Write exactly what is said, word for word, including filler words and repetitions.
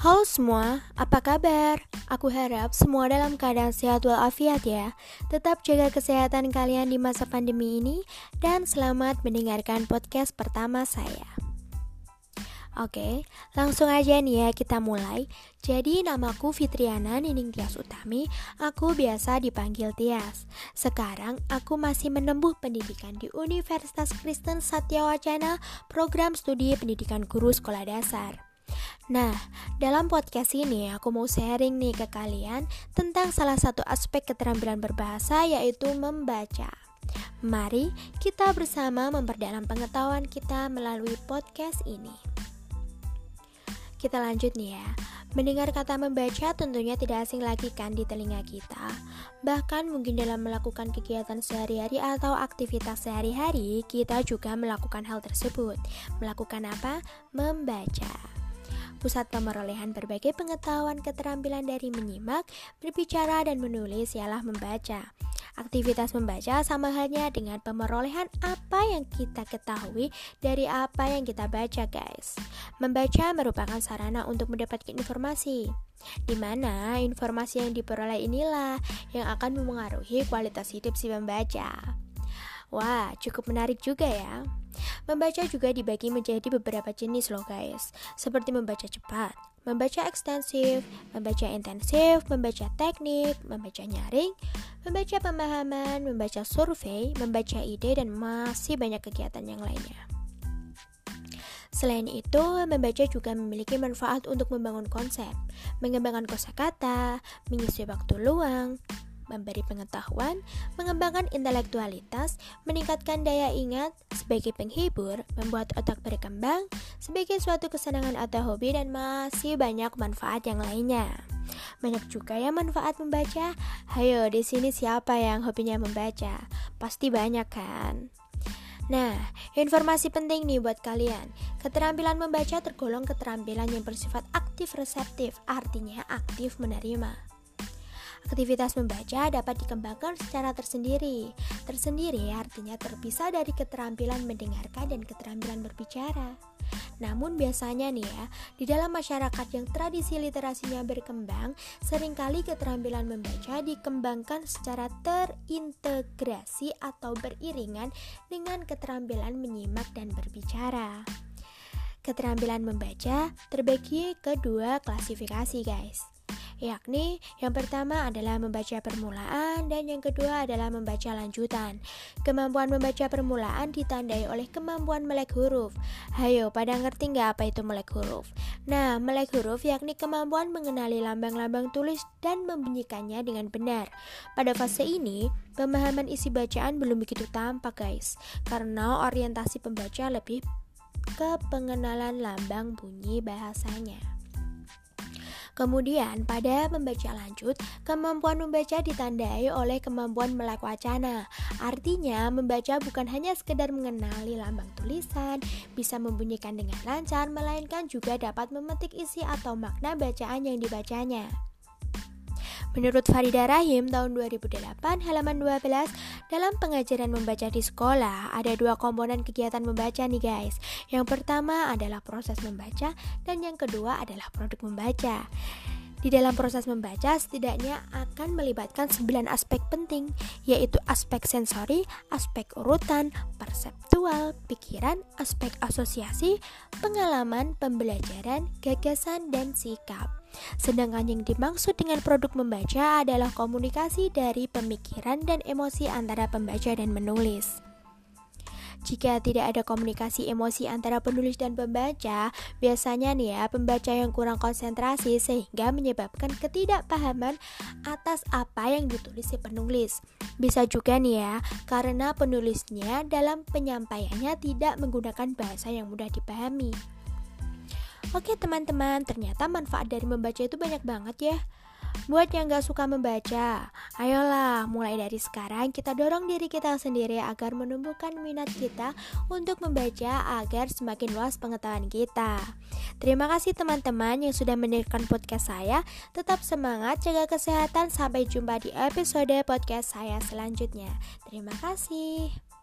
Halo semua, apa kabar? Aku harap semua dalam keadaan sehat walafiat ya. Tetap jaga kesehatan kalian di masa pandemi ini dan selamat mendengarkan podcast pertama saya. Oke, langsung aja nih ya kita mulai. Jadi namaku Fitriana Nining Tias Utami, aku biasa dipanggil Tias. Sekarang aku masih menempuh pendidikan di Universitas Kristen Satyawacana, program studi pendidikan guru sekolah dasar. Nah, dalam podcast ini aku mau sharing nih ke kalian tentang salah satu aspek keterampilan berbahasa, yaitu membaca. Mari kita bersama memperdalam pengetahuan kita melalui podcast ini. Kita lanjut nih ya. Mendengar kata membaca tentunya tidak asing lagi kan di telinga kita. Bahkan mungkin dalam melakukan kegiatan sehari-hari atau aktivitas sehari-hari, kita juga melakukan hal tersebut. Melakukan apa? Membaca. Pusat pemerolehan berbagai pengetahuan keterampilan dari menyimak, berbicara, dan menulis ialah membaca. Aktivitas membaca sama halnya dengan pemerolehan apa yang kita ketahui dari apa yang kita baca, guys. Membaca merupakan sarana untuk mendapatkan informasi, di mana informasi yang diperoleh inilah yang akan memengaruhi kualitas hidup si pembaca. Wah, cukup menarik juga ya. Membaca juga dibagi menjadi beberapa jenis loh guys, seperti membaca cepat, membaca ekstensif, membaca intensif, membaca teknik, membaca nyaring, membaca pemahaman, membaca survei, membaca ide, dan masih banyak kegiatan yang lainnya. Selain itu, membaca juga memiliki manfaat untuk membangun konsep, mengembangkan kosakata, mengisi waktu luang, memberi pengetahuan, mengembangkan intelektualitas, meningkatkan daya ingat, sebagai penghibur, membuat otak berkembang, sebagai suatu kesenangan atau hobi, dan masih banyak manfaat yang lainnya. Banyak juga ya manfaat membaca. Hayo, di sini siapa yang hobinya membaca? Pasti banyak kan? Nah, informasi penting nih buat kalian. Keterampilan membaca tergolong keterampilan yang bersifat aktif reseptif, artinya aktif menerima. Aktivitas membaca dapat dikembangkan secara tersendiri. Tersendiri artinya terpisah dari keterampilan mendengarkan dan keterampilan berbicara. Namun biasanya nih ya, di dalam masyarakat yang tradisi literasinya berkembang, seringkali keterampilan membaca dikembangkan secara terintegrasi atau beriringan dengan keterampilan menyimak dan berbicara. Keterampilan membaca terbagi ke dua klasifikasi, guys. Yakni yang pertama adalah membaca permulaan dan yang kedua adalah membaca lanjutan. Kemampuan membaca permulaan ditandai oleh kemampuan melek huruf. Hayo, pada ngerti nggak apa itu melek huruf? Nah, melek huruf yakni kemampuan mengenali lambang-lambang tulis dan membunyikannya dengan benar. Pada fase ini, pemahaman isi bacaan belum begitu tampak guys, karena orientasi pembaca lebih ke pengenalan lambang bunyi bahasanya. Kemudian pada membaca lanjut, kemampuan membaca ditandai oleh kemampuan melek wacana. Artinya membaca bukan hanya sekedar mengenali lambang tulisan, bisa membunyikan dengan lancar, melainkan juga dapat memetik isi atau makna bacaan yang dibacanya. Menurut Farida Rahim tahun dua ribu delapan halaman dua belas, dalam pengajaran membaca di sekolah ada dua komponen kegiatan membaca nih guys. Yang pertama adalah proses membaca dan yang kedua adalah produk membaca. Di dalam proses membaca setidaknya akan melibatkan sembilan aspek penting, yaitu aspek sensori, aspek urutan, perseptual, pikiran, aspek asosiasi, pengalaman, pembelajaran, gagasan, dan sikap. Sedangkan yang dimaksud dengan produk membaca adalah komunikasi dari pemikiran dan emosi antara pembaca dan menulis. Jika tidak ada komunikasi emosi antara penulis dan pembaca, biasanya nih ya, pembaca yang kurang konsentrasi sehingga menyebabkan ketidakpahaman atas apa yang ditulis si penulis. Bisa juga nih ya, karena penulisnya dalam penyampaiannya tidak menggunakan bahasa yang mudah dipahami. Oke teman-teman, ternyata manfaat dari membaca itu banyak banget ya. Buat yang gak suka membaca, ayolah mulai dari sekarang kita dorong diri kita sendiri agar menumbuhkan minat kita untuk membaca agar semakin luas pengetahuan kita. Terima kasih teman-teman yang sudah mendengarkan podcast saya. Tetap semangat, jaga kesehatan. Sampai jumpa di episode podcast saya selanjutnya. Terima kasih.